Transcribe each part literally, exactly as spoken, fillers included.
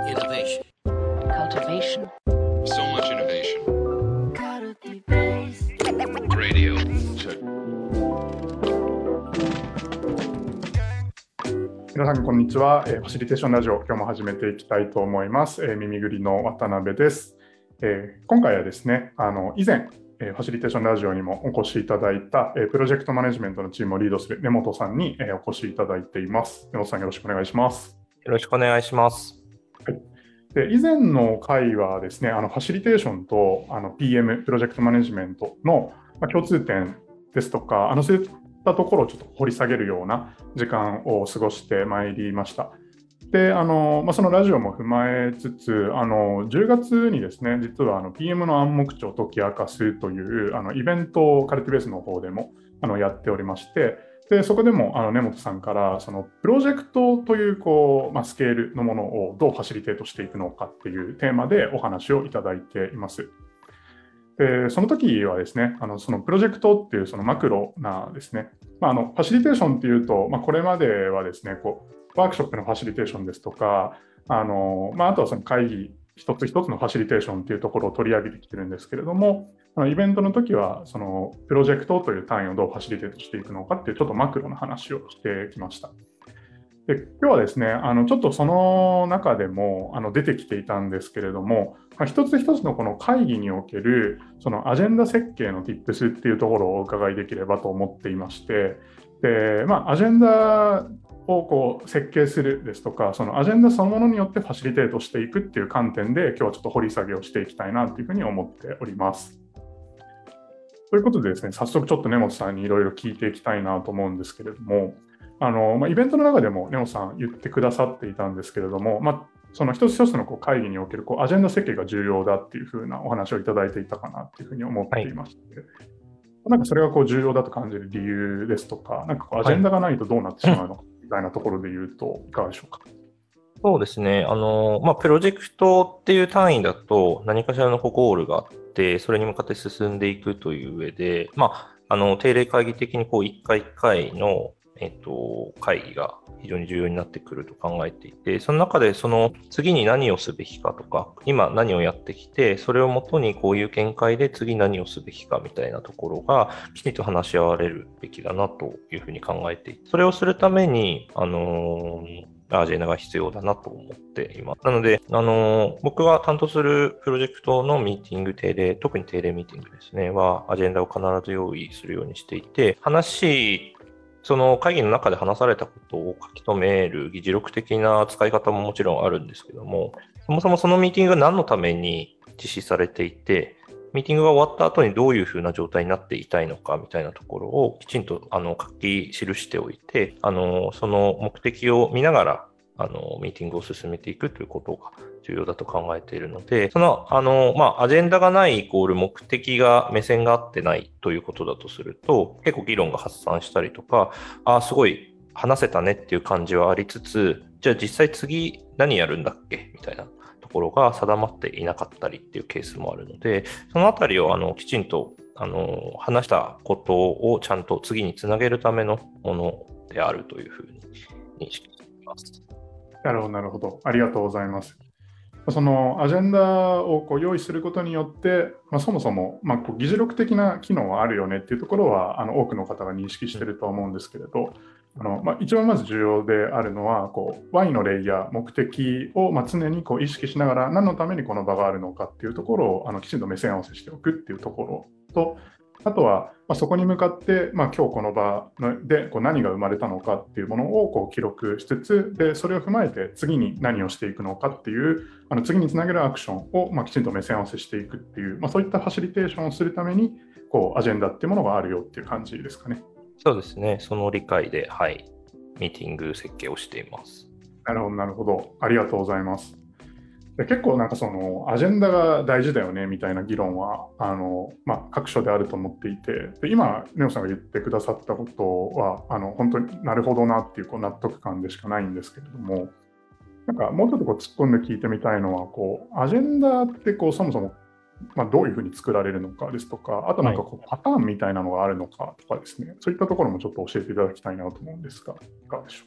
Innovation. Cultivation. So much innovation. Radio. Check. 皆さんこんにちは、えー、ファシリテーションラジオ、今日も始めていきたいと思います。えー、耳ぐりの渡辺です。えー、今回はですね、あの以前、えー、ファシリテーションラジオにもお越しいただいた、えー、プロジェクトマネジメントのチームをリードする根本さんに、えー、お越しいただいています。根本さん、よろしくお願いします。 よろしくお願いします。 はい、で以前の回はですね、あのファシリテーションとあの ピーエム プロジェクトマネジメントの、まあ、共通点ですとか、あのそういったところをちょっと掘り下げるような時間を過ごしてまいりました。であのまあ、そのラジオも踏まえつつ、あのじゅうがつにですね、実はあの ピーエム の暗黙知を解き明かすというあのイベントをカルティベースの方でもあのやっておりまして、でそこでもあの根本さんからそのプロジェクトという、こう、まあ、スケールのものをどうファシリテートしていくのかっていうテーマでお話をいただいています。でその時はですね、あのそのプロジェクトっていうそのマクロなですね、まあ、あのファシリテーションっていうと、まあ、これまではですね、こうワークショップのファシリテーションですとか、あの、まあ、あとはその会議一つ一つのファシリテーションっていうところを取り上げてきてるんですけれども、イベントの時はそのプロジェクトという単位をどうファシリテートしていくのかっていうちょっとマクロな話をしてきました。で今日はですね、あのちょっとその中でもあの出てきていたんですけれども、まあ、一つ一つのこの会議におけるそのアジェンダ設計の Tips っていうところをお伺いできればと思っていまして、で、まあ、アジェンダをこう設計するですとか、そのアジェンダそのものによってファシリテートしていくっていう観点で今日はちょっと掘り下げをしていきたいなというふうに思っております。ということでですね、早速ちょっと根本さんにいろいろ聞いていきたいなと思うんですけれども、あのまあ、イベントの中でも根本さん言ってくださっていたんですけれども、まあ、その一つ一つのこう会議におけるこうアジェンダ設計が重要だっていうふうなお話をいただいていたかなというふうに思っていまして、はい、なんかそれがこう重要だと感じる理由ですとか、なんかこうアジェンダがないとどうなってしまうのかみたいなところで言うといかがでしょうか。 そうですね。あの、まあ、プロジェクトっていう単位だと何かしらのゴールがあって、それに向かって進んでいくという上で、まあ、あの、定例会議的にこう一回一回のえっと、会議が非常に重要になってくると考えていて、その中でその次に何をすべきかとか、今何をやってきて、それをもとにこういう見解で次何をすべきかみたいなところがきちんと話し合われるべきだなというふうに考えていて、それをするために、あのーアジェンダが必要だなと思っています。なので、あのー、僕が担当するプロジェクトのミーティング定例、特に定例ミーティングですね、はアジェンダを必ず用意するようにしていて、話その会議の中で話されたことを書き留める議事録的な使い方ももちろんあるんですけども、そもそもそのミーティングが何のために実施されていて、ミーティングが終わった後にどういうふうな状態になっていたいのかみたいなところをきちんとあの書き記しておいて、あのその目的を見ながらあのミーティングを進めていくということが重要だと考えているので、その、あの、まあ、アジェンダがないイコール目的が、目線が合ってないということだとすると、結構議論が発散したりとか、ああ、すごい話せたねっていう感じはありつつ、じゃあ実際次何やるんだっけみたいなところが定まっていなかったりっていうケースもあるので、そのあたりをあのきちんとあの話したことをちゃんと次につなげるためのものであるというふうに認識しています。 なるほど、なるほど。ありがとうございます。そのアジェンダをこう用意することによって、まあ、そもそも、まあ、こう議事録的な機能はあるよねっていうところはあの多くの方が認識していると思うんですけれど、あのまあ、一番まず重要であるのはこう Y のレイヤー、目的をまあ常にこう意識しながら何のためにこの場があるのかっていうところをあのきちんと目線合わせしておくっていうところと、あとは、まあ、そこに向かって、まあ、今日この場でこう何が生まれたのかっていうものをこう記録しつつ、でそれを踏まえて次に何をしていくのかっていうあの次につなげるアクションを、まあ、きちんと目線合わせしていくっていう、まあ、そういったファシリテーションをするためにこうアジェンダっていうものがあるよっていう感じですかね。 そうですね。その理解で、はい、ミーティング設計をしています。 なるほど、なるほど。ありがとうございます。で結構なんかそのアジェンダが大事だよねみたいな議論はあの、まあ、各所であると思っていて、で今根本さんが言ってくださったことはあの本当になるほどなっていう、こう納得感でしかないんですけれども、なんかもうちょっとこう突っ込んで聞いてみたいのは、こうアジェンダってこうそもそも、まあ、どういうふうに作られるのかですとか、あとなんかこうパターンみたいなのがあるのかとかですね、そういったところもちょっと教えていただきたいなと思うんですが、いかがでしょうか。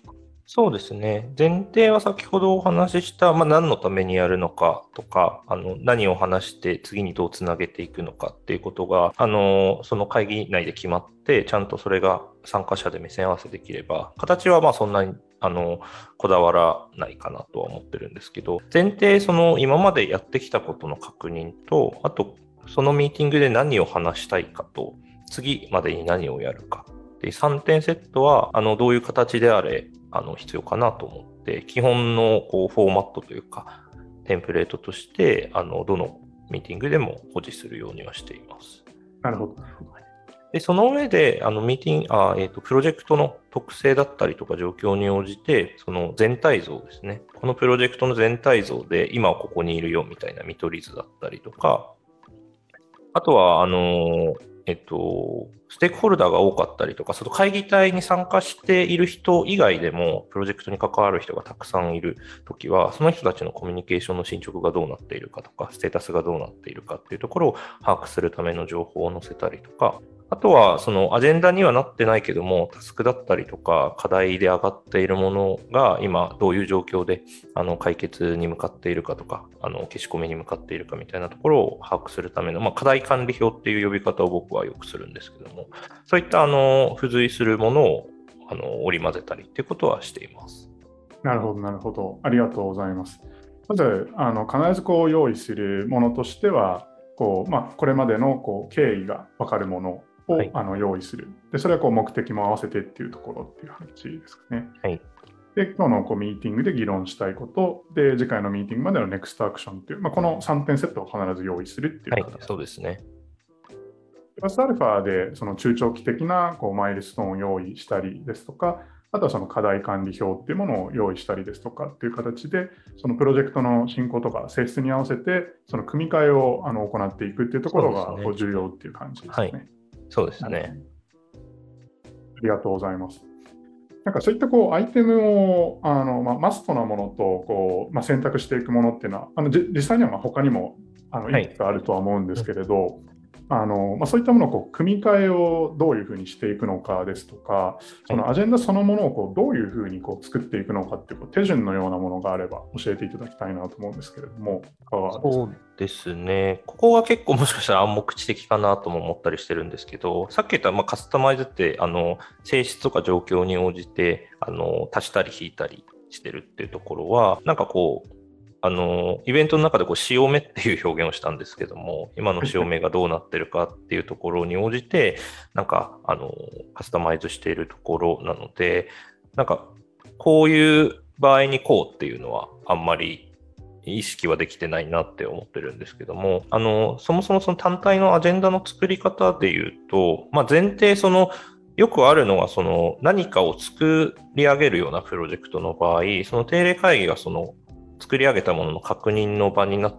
そうですね。前提は先ほどお話しした、まあ、何のためにやるのかとか、あの、何を話して次にどうつなげていくのかっていうことが、あの、その会議内で決まって、ちゃんとそれが参加者で目線合わせできれば、形はまあそんなに、あの、こだわらないかなとは思ってるんですけど、前提、その今までやってきたことの確認と、あと、そのミーティングで何を話したいかと、次までに何をやるか。で、さんてんセットは、あの、どういう形であれ、あの、必要かなと思って、基本のこうフォーマットというか、テンプレートとして、あの、どのミーティングでも保持するようにはしています。 なるほど。 で、その上で、あの、ミーティング、あ、えっと、プロジェクトの特性だったりとか状況に応じて、その全体像ですね。このプロジェクトの全体像で、今はここにいるよみたいな見取り図だったりとか、あとは、あの、えっと、ステークホルダーが多かったりとか、その会議体に参加している人以外でも、プロジェクトに関わる人がたくさんいるときは、その人たちのコミュニケーションの進捗がどうなっているかとか、ステータスがどうなっているかっていうところを把握するための情報を載せたりとか、あとは、そのアジェンダにはなってないけども、タスクだったりとか、課題で上がっているものが、今どういう状況で、あの、解決に向かっているかとか、あの、消し込みに向かっているかみたいなところを把握するための、まあ、課題管理表っていう呼び方を僕はよくするんですけども、そういった、あの、付随するものを、あの、織り交ぜたりっていうことはしています。 なるほど、なるほど。ありがとうございます。まず、あの必ずこう用意するものとしては、こうまあ、これまでのこう経緯が分かるものを、はい、あの用意する。で、それはこう目的も合わせてっていうところっていう話ですかね。 はい。 で、今日のこうミーティングで議論したいこと、で、次回のミーティングまでのネクストアクションっていう、まあ、このさんてんセットを必ず用意するっていう形、 はい、そうですね。 プラスアルファでその中長期的なこうマイルストーンを用意したりですとか、あとはその課題管理表っていうものを用意したりですとかっていう形で、そのプロジェクトの進行とか性質に合わせて、その組み替えをあの行っていくっていうところがこう重要っていう感じですね。はい、 そうですね。 ありがとうございます。なんかそういったこうアイテムをあの、まあ、マストなものとこう、まあ、選択していくものっていうのは、あの実際にはまあ他にもあのいくつかあるとは思うんですけれど、はい、あのまあ、そういったものをこう組み替えをどういうふうにしていくのかですとか、そのアジェンダそのものをこうどういうふうにこう作っていくのかっていうこう手順のようなものがあれば教えていただきたいなと思うんですけれども、いかがですか？ そうですね。ここは結構もしかしたら暗黙知的かなとも思ったりしてるんですけど、さっき言ったまあカスタマイズってあの性質とか状況に応じてあの足したり引いたりしてるっていうところは、なんかこう、あの、イベントの中でこう、潮目っていう表現をしたんですけども、今の潮目がどうなってるかっていうところに応じて、なんか、あの、カスタマイズしているところなので、なんか、こういう場合にこうっていうのはあんまり意識はできてないなって思ってるんですけども、あの、そもそもその単体のアジェンダの作り方で言うと、まあ、前提その、よくあるのは、その何かを作り上げるようなプロジェクトの場合、その定例会議がその作り上げたものの確認の場になって、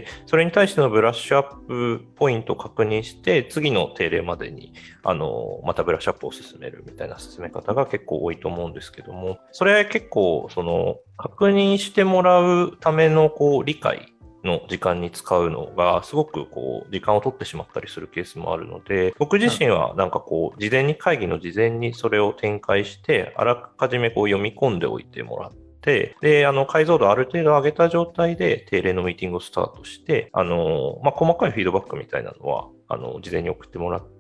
それに対してのブラッシュアップポイントを確認して、次の定例までに、あの、またブラッシュアップを進めるみたいな進め方が結構多いと思うんですけども、それは結構、その、確認してもらうための、こう、理解の時間に使うのが、すごくこう、時間を取ってしまったりするケースもあるので、僕自身はなんかこう、事前に会議の事前にそれを展開して、あらかじめこう読み込んでおいてもらって、で、あの、解像度ある程度上げた状態で定例のミーティングをスタートして、あの、まあ、細かいフィードバックみたいなのは、あの、事前に送ってもらって、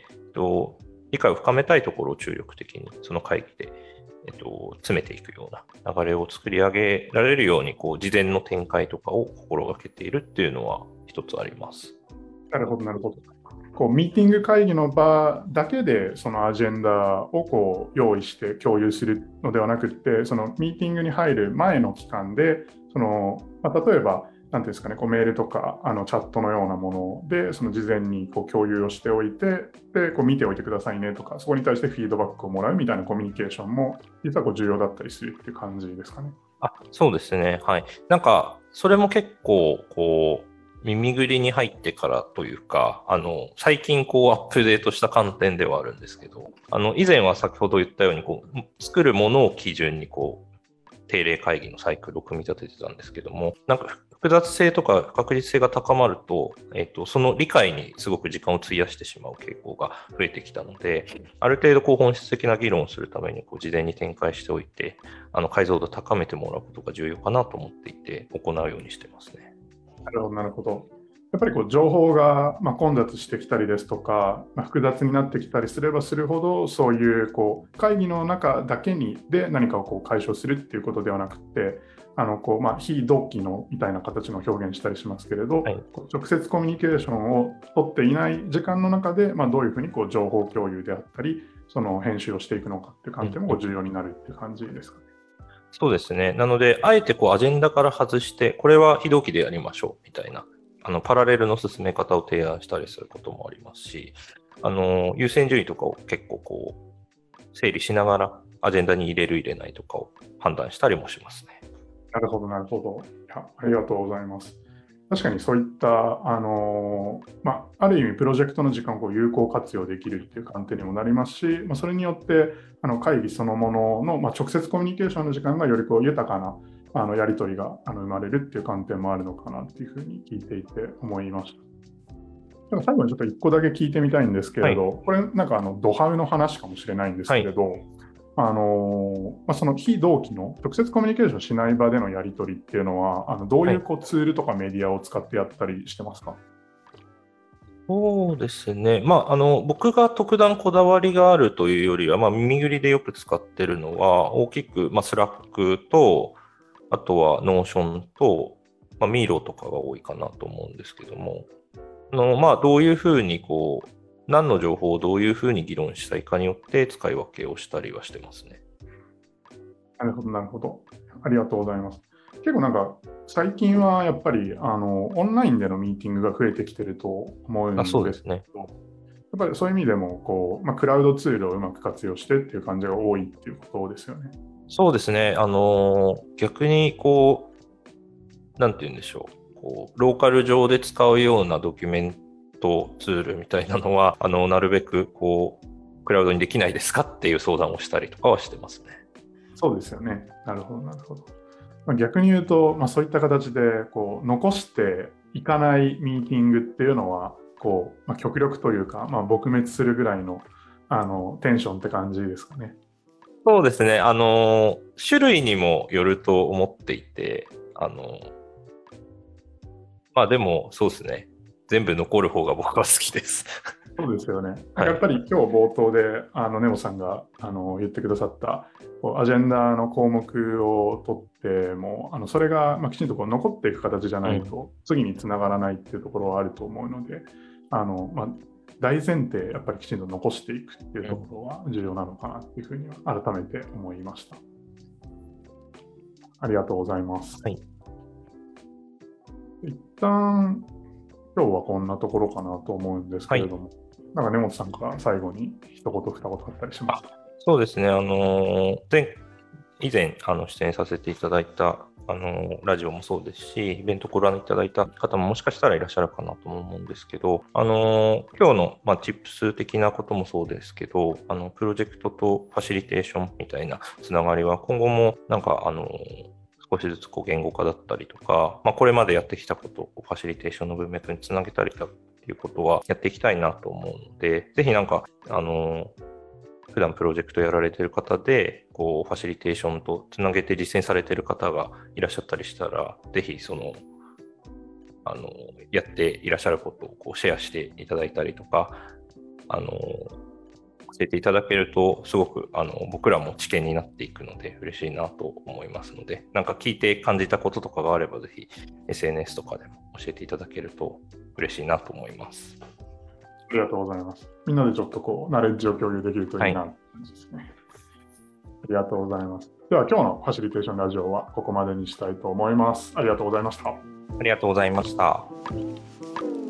えっと、理解を深めたいところを注力的に、その会議で、えっと、詰めていくような流れを作り上げられるように、こう、事前の展開とかを心がけているっていうのは一つあります。 なるほど、なるほど。こうミーティング会議の場だけでそのアジェンダをこう用意して共有するのではなくて、そのミーティングに入る前の期間で、そのまあ、例えばなんていうんですかね、こうメールとかあのチャットのようなものでその事前にこう共有をしておいて、でこう見ておいてくださいねとか、そこに対してフィードバックをもらうみたいなコミュニケーションも実はこう重要だったりするっていう感じですかね。 あ、そうですね。はい。なんかそれも結構こう耳ぐりに入ってからというか、あの、最近こうアップデートした観点ではあるんですけど、あの、以前は先ほど言ったように、こう、作るものを基準にこう、定例会議のサイクルを組み立ててたんですけども、なんか複雑性とか確実性が高まると、えっと、その理解にすごく時間を費やしてしまう傾向が増えてきたので、ある程度こう本質的な議論をするためにこう事前に展開しておいて、あの解像度を高めてもらうことが重要かなと思っていて、行うようにしてますね。 なるほど、なるほど。やっぱりこう情報がまあ混雑してきたりですとか、まあ、複雑になってきたりすればするほど、そういうこう会議の中だけにで何かをこう解消するっていうことではなくて、あのこうまあ非同期のみたいな形の表現したりしますけれど、はい、こう直接コミュニケーションを取っていない時間の中で、まあ、どういうふうにこう情報共有であったり、その編集をしていくのかっていう観点も重要になるっていう感じですかね。 そうですね。なので、あえてこうアジェンダから外して、これは非同期でやりましょうみたいな、あのパラレルの進め方を提案したりすることもありますし、あの優先順位とかを結構こう整理しながらアジェンダに入れる入れないとかを判断したりもしますね。 なるほど、なるほど。いや、ありがとうございます。確かにそういった、あのまあ、ある意味プロジェクトの時間をこう有効活用できるっていう観点にもなりますし、まあ、それによってあの会議そのものの、まあ、直接コミュニケーションの時間がよりこう豊かなあのやり取りがあの生まれるっていう観点もあるのかなっていうふうに聞いていて思いました。最後にちょっといっこだけ聞いてみたいんですけれど、はい、これなんかあのドハウの話かもしれないんですけれど、はい、あのまあ、その非同期の直接コミュニケーションしない場でのやり取りっていうのは、あのどういうこうツールとかメディアを使ってやったりしてますか？はい、 そうですね、まあ、あの僕が特段こだわりがあるというよりは、まあ、耳ぐりでよく使ってるのは大きく、まあ、スラックとあとはノーションと、まあ、ミーロとかが多いかなと思うんですけども、あのまあ、どういうふうにこう何の情報をどういうふうに議論したいかによって使い分けをしたりはしてますね。 なるほど、なるほど。ありがとうございます。結構なんか最近はやっぱりあのオンラインでのミーティングが増えてきてると思うんですけど、 そうですね。 やっぱりそういう意味でもこう、まあ、クラウドツールをうまく活用してっていう感じが多いっていうことですよね。 そうですね。あの逆にこうなんて言うんでしょう。こうローカル上で使うようなドキュメントツールみたいなのはあのなるべくこうクラウドにできないですかっていう相談をしたりとかはしてますね。 そうですよね。なるほど、なるほど。まあ、逆に言うと、まあ、そういった形でこう残していかないミーティングっていうのはこう、まあ、極力というか、まあ、撲滅するぐらいの、あのテンションって感じですかね。 そうですね。あの種類にもよると思っていて、あのまあでもそうですね。全部残る方が僕は好きです。 そうですよね。やっぱり今日冒頭であのネモさんがあの言ってくださったこうアジェンダの項目を取ってもあのそれが、まあ、きちんとこう残っていく形じゃないと、うん、次につながらないっていうところはあると思うので、あの、まあ、大前提やっぱりきちんと残していくっていうところは重要なのかなっていうふうには改めて思いました。ありがとうございます。 はい、 一旦今日はこんなところかなと思うんですけれども、はい、なんか根本さんから最後に一言二言あったりしますか？ そうですね、あの前以前あの出演させていただいたあのラジオもそうですし、イベントご覧いただいた方ももしかしたらいらっしゃるかなと思うんですけど、あの今日の、まあ、チップス的なこともそうですけど、あのプロジェクトとファシリテーションみたいなつながりは今後もなんかあの少しずつこう言語化だったりとか、まあ、これまでやってきたことをファシリテーションの文脈につなげたりだっていうことはやっていきたいなと思うので、ぜひなんか、あの、普段プロジェクトやられている方で、こう、ファシリテーションとつなげて実践されている方がいらっしゃったりしたら、ぜひその、あの、やっていらっしゃることをこうシェアしていただいたりとか、あの、教えていただけるとすごくあの僕らも知見になっていくので嬉しいなと思いますので、なんか聞いて感じたこととかがあればぜひ エスエヌエス とかでも教えていただけると嬉しいなと思います。 ありがとうございます。みんなでちょっとこうナレッジを共有できるといいなって感じですね。はい、ありがとうございます。では今日のファシリテーションラジオはここまでにしたいと思います。ありがとうございました。 ありがとうございました。